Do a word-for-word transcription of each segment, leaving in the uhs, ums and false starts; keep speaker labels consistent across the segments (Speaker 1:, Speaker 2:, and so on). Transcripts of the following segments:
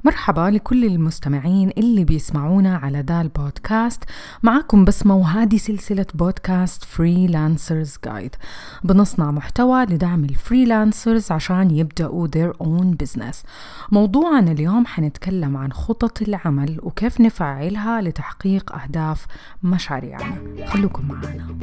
Speaker 1: مرحبا لكل المستمعين اللي بيسمعونا على دا البودكاست. معكم بسمة وهذه سلسلة بودكاست فريلانسرز جايد. بنصنع محتوى لدعم الفريلانسرز عشان يبدأوا their own business. موضوعنا اليوم حنتكلم عن خطط العمل وكيف نفعلها لتحقيق أهداف مشاريعنا. خلوكم معنا.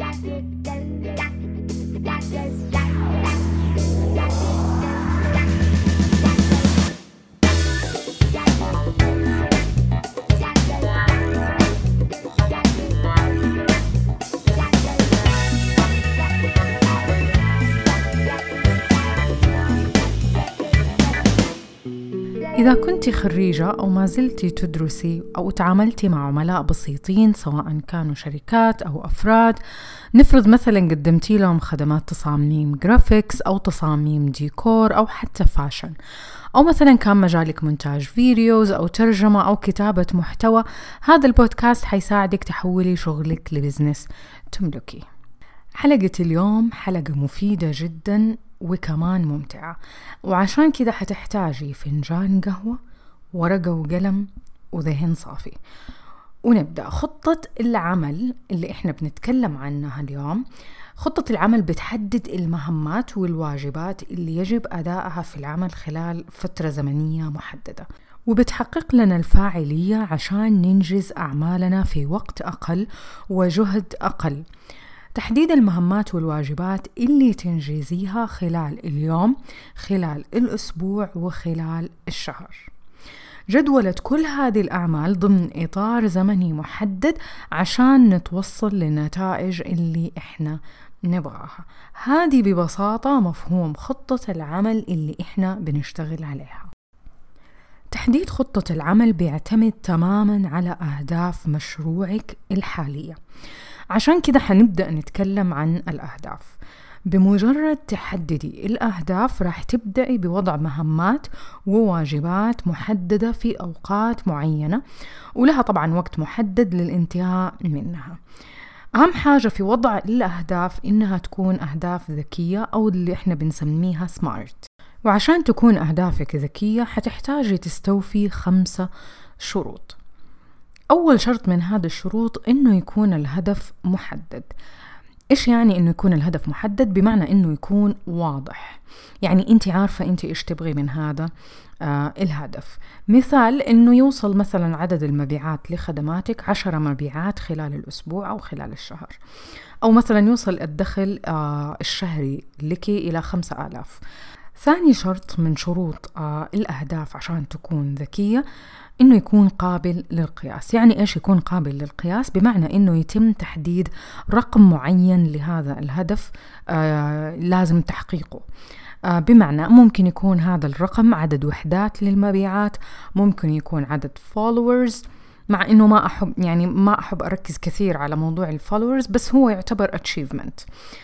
Speaker 1: إذا كنت خريجة أو ما زلتي تدرسي أو تعاملتي مع عملاء بسيطين سواء كانوا شركات أو أفراد، نفرض مثلا قدمتي لهم خدمات تصاميم جرافيكس أو تصاميم ديكور أو حتى فاشن، أو مثلا كان مجالك مونتاج فيديوز أو ترجمة أو كتابة محتوى، هذا البودكاست حيساعدك تحولي شغلك لبزنس تملكي. حلقة اليوم حلقة مفيدة جدا وكمان ممتعة، وعشان كده حتحتاجي فنجان قهوة، ورقة وقلم وذهن صافي. ونبدأ. خطة العمل اللي احنا بنتكلم عنها اليوم، خطة العمل بتحدد المهمات والواجبات اللي يجب أدائها في العمل خلال فترة زمنية محددة، وبتحقق لنا الفاعلية عشان ننجز أعمالنا في وقت أقل وجهد أقل. تحديد المهمات والواجبات اللي تنجزيها خلال اليوم، خلال الأسبوع، وخلال الشهر. جدولة كل هذه الأعمال ضمن إطار زمني محدد عشان نتوصل للنتائج اللي إحنا نبغاها. هذه ببساطة مفهوم خطة العمل اللي إحنا بنشتغل عليها. تحديد خطة العمل بيعتمد تماماً على أهداف مشروعك الحالية. عشان كده حنبدأ نتكلم عن الأهداف. بمجرد تحددي الأهداف راح تبدأي بوضع مهمات وواجبات محددة في أوقات معينة، ولها طبعا وقت محدد للانتهاء منها. أهم حاجة في وضع الأهداف إنها تكون أهداف ذكية أو اللي إحنا بنسميها سمارت. وعشان تكون أهدافك ذكية حتحتاجي تستوفي خمسة شروط. أول شرط من هذا الشروط إنه يكون الهدف محدد. إيش يعني إنه يكون الهدف محدد؟ بمعنى إنه يكون واضح، يعني أنت عارفة أنت إيش تبغي من هذا آه الهدف. مثال إنه يوصل مثلا عدد المبيعات لخدماتك عشرة مبيعات خلال الأسبوع أو خلال الشهر، أو مثلا يوصل الدخل آه الشهري لك إلى خمسة آلاف. ثاني شرط من شروط آه الأهداف عشان تكون ذكية إنه يكون قابل للقياس. يعني إيش يكون قابل للقياس؟ بمعنى إنه يتم تحديد رقم معين لهذا الهدف آه لازم تحقيقه. آه بمعنى ممكن يكون هذا الرقم عدد وحدات للمبيعات، ممكن يكون عدد followers، مع إنه ما أحب يعني ما أحب أركز كثير على موضوع الفولورز، بس هو يعتبر achievement.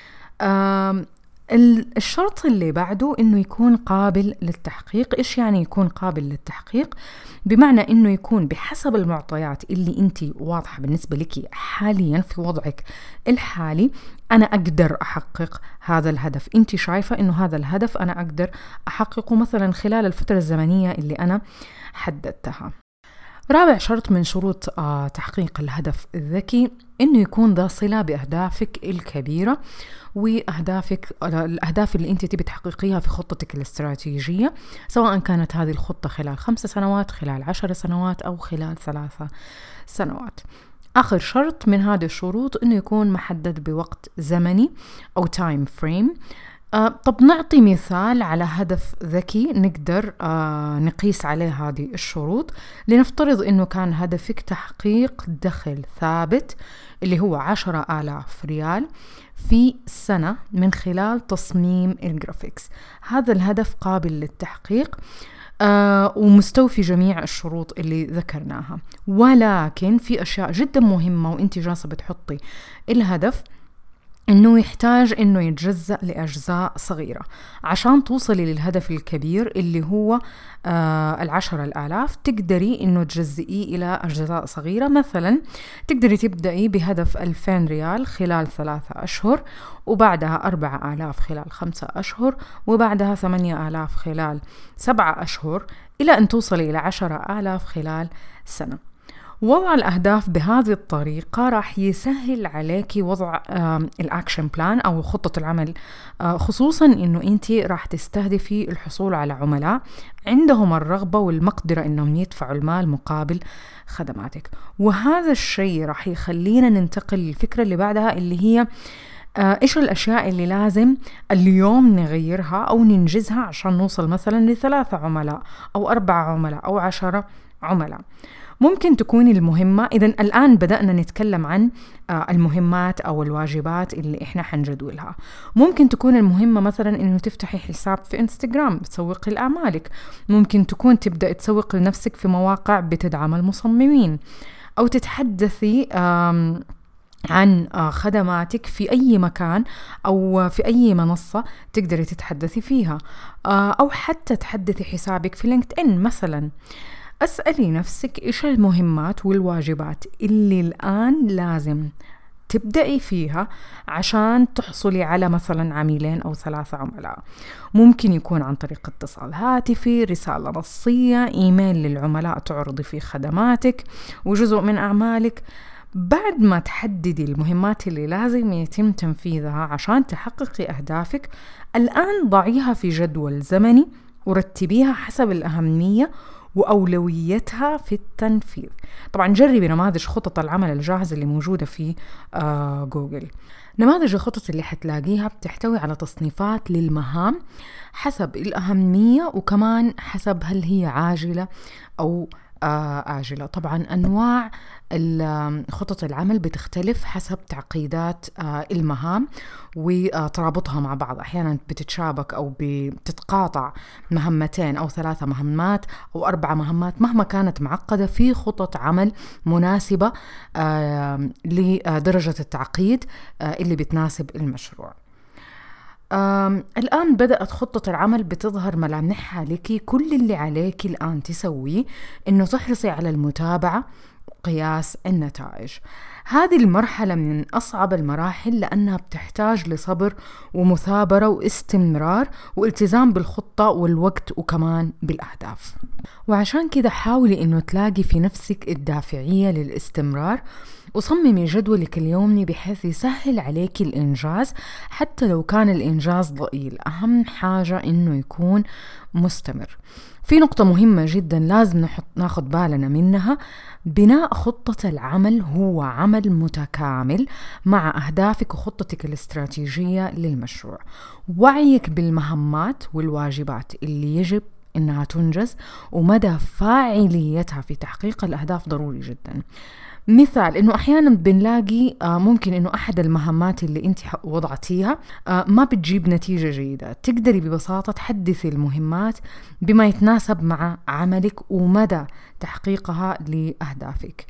Speaker 1: آه الشرط اللي بعده إنه يكون قابل للتحقيق. إيش يعني يكون قابل للتحقيق؟ بمعنى إنه يكون بحسب المعطيات اللي أنت واضحة بالنسبة لك حاليا في وضعك الحالي. أنا أقدر أحقق هذا الهدف، أنت شايفة إنه هذا الهدف أنا أقدر أحققه مثلا خلال الفترة الزمنية اللي أنا حددتها. رابع شرط من شروط آه تحقيق الهدف الذكي إنه يكون ذا صلة بأهدافك الكبيرة وأهدافك الأهداف اللي أنت تبي تحققيها في خطتك الاستراتيجية، سواء كانت هذه الخطة خلال خمس سنوات، خلال عشر سنوات، أو خلال ثلاثة سنوات. آخر شرط من هذه الشروط إنه يكون محدد بوقت زمني أو time frame. آه طب نعطي مثال على هدف ذكي نقدر آه نقيس عليه هذه الشروط. لنفترض إنه كان هدفك تحقيق دخل ثابت اللي هو عشرة آلاف ريال في سنة من خلال تصميم الجرافيكس. هذا الهدف قابل للتحقيق آه ومستوفي جميع الشروط اللي ذكرناها، ولكن في أشياء جدا مهمة وإنتي جالسة بتحطي الهدف إنه يحتاج إنه يتجزأ لأجزاء صغيرة عشان توصلي للهدف الكبير اللي هو آه العشرة الآلاف. تقدري إنه تجزئيه إلى أجزاء صغيرة. مثلا تقدري تبدأي بهدف ألفين ريال خلال ثلاثة أشهر، وبعدها أربعة آلاف خلال خمسة أشهر، وبعدها ثمانية آلاف خلال سبعة أشهر، إلى أن توصلي إلى عشرة آلاف خلال سنة. وضع الأهداف بهذه الطريقة راح يسهل عليك وضع الأكشن بلان أو خطة العمل، خصوصاً إنه أنت راح تستهدفي الحصول على عملاء عندهم الرغبة والمقدرة إنهم يدفعوا المال مقابل خدماتك. وهذا الشيء راح يخلينا ننتقل للفكرة اللي بعدها، اللي هي إيش الأشياء اللي لازم اليوم نغيرها أو ننجزها عشان نوصل مثلاً لثلاثة عملاء أو أربعة عملاء أو عشرة عملاء. ممكن تكون المهمة، إذن الآن بدأنا نتكلم عن المهمات أو الواجبات اللي إحنا حنجدولها. ممكن تكون المهمة مثلا إنه تفتحي حساب في إنستغرام بتسوقي لأعمالك. ممكن تكون تبدأ تسوق لنفسك في مواقع بتدعم المصممين، أو تتحدثي عن خدماتك في أي مكان أو في أي منصة تقدري تتحدثي فيها، أو حتى تحدثي حسابك في لينكد إن مثلا. أسألي نفسك إيش المهمات والواجبات اللي الآن لازم تبدأي فيها عشان تحصلي على مثلا عميلين أو ثلاثة عملاء. ممكن يكون عن طريق اتصال هاتفي، رسالة نصية، إيميل للعملاء تعرضي فيه خدماتك وجزء من أعمالك. بعد ما تحددي المهمات اللي لازم يتم تنفيذها عشان تحققي أهدافك، الآن ضعيها في جدول زمني ورتبيها حسب الأهمية وأولويتها في التنفيذ. طبعا جربي نماذج خطط العمل الجاهزة اللي موجودة في آه جوجل. نماذج الخطط اللي حتلاقيها بتحتوي على تصنيفات للمهام حسب الأهمية، وكمان حسب هل هي عاجلة أو آه آجلة. طبعا أنواع خطط العمل بتختلف حسب تعقيدات آه المهام وترابطها مع بعض. أحيانا بتتشابك أو بتتقاطع مهمتين أو ثلاثة مهمات أو أربعة مهمات. مهما كانت معقدة، في خطط عمل مناسبة آه لدرجة التعقيد آه اللي بتناسب المشروع. الآن بدأت خطة العمل بتظهر ملامحها لك. كل اللي عليك الآن تسويه إنه تحرصي على المتابعة وقياس النتائج. هذه المرحلة من أصعب المراحل لأنها بتحتاج لصبر ومثابرة واستمرار والتزام بالخطة والوقت وكمان بالأهداف. وعشان كده حاولي إنه تلاقي في نفسك الدافعية للاستمرار، وصممي جدولك اليومي بحيث يسهل عليك الإنجاز حتى لو كان الإنجاز ضئيل. أهم حاجة إنه يكون مستمر. في نقطة مهمة جدا لازم نحط ناخد بالنا منها: بناء خطة العمل هو عمل متكامل مع أهدافك وخطتك الاستراتيجية للمشروع. وعيك بالمهمات والواجبات اللي يجب إنها تنجز ومدى فاعليتها في تحقيق الأهداف ضروري جدا. مثال إنه أحيانا بنلاقي ممكن إنه أحد المهمات اللي أنت وضعتيها ما بتجيب نتيجة جيدة. تقدري ببساطة تحدثي المهمات بما يتناسب مع عملك ومدى تحقيقها لأهدافك.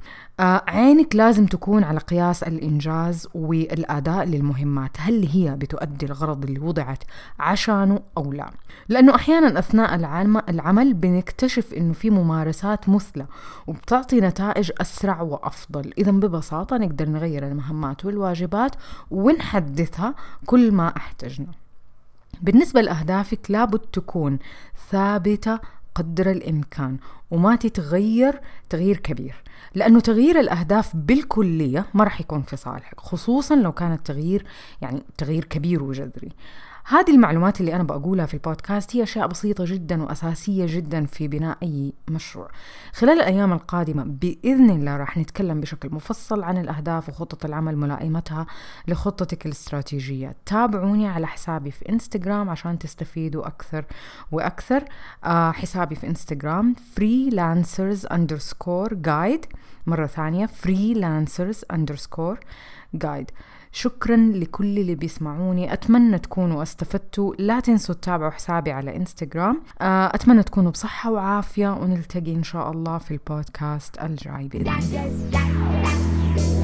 Speaker 1: عينك لازم تكون على قياس الإنجاز والأداء للمهمات، هل هي بتؤدي الغرض اللي وضعت عشانه أو لا. لأنه أحيانا أثناء العمل بنكتشف إنه في ممارسات مثلى وبتعطي نتائج أسرع وأفضل. إذن ببساطة نقدر نغير المهمات والواجبات ونحدثها كل ما احتجنا. بالنسبة لأهدافك لابد تكون ثابتة قدر الإمكان وما تتغير تغيير كبير، لأنه تغيير الأهداف بالكلية ما رح يكون في صالحك، خصوصا لو كان التغيير يعني تغيير كبير وجذري. هذه المعلومات اللي أنا بقولها في البودكاست هي أشياء بسيطة جدا وأساسية جدا في بناء أي مشروع. خلال الأيام القادمة بإذن الله راح نتكلم بشكل مفصل عن الأهداف وخطة العمل ملائمتها لخطتك الاستراتيجية. تابعوني على حسابي في إنستغرام عشان تستفيدوا أكثر وأكثر. آه حسابي في إنستغرام freelancers underscore guide، مرة ثانية freelancers underscore guide. شكرا لكل اللي بيسمعوني، أتمنى تكونوا استفدتوا. لا تنسوا تتابعوا حسابي على إنستغرام. أتمنى تكونوا بصحة وعافية، ونلتقي إن شاء الله في البودكاست الجاي بإذن الله.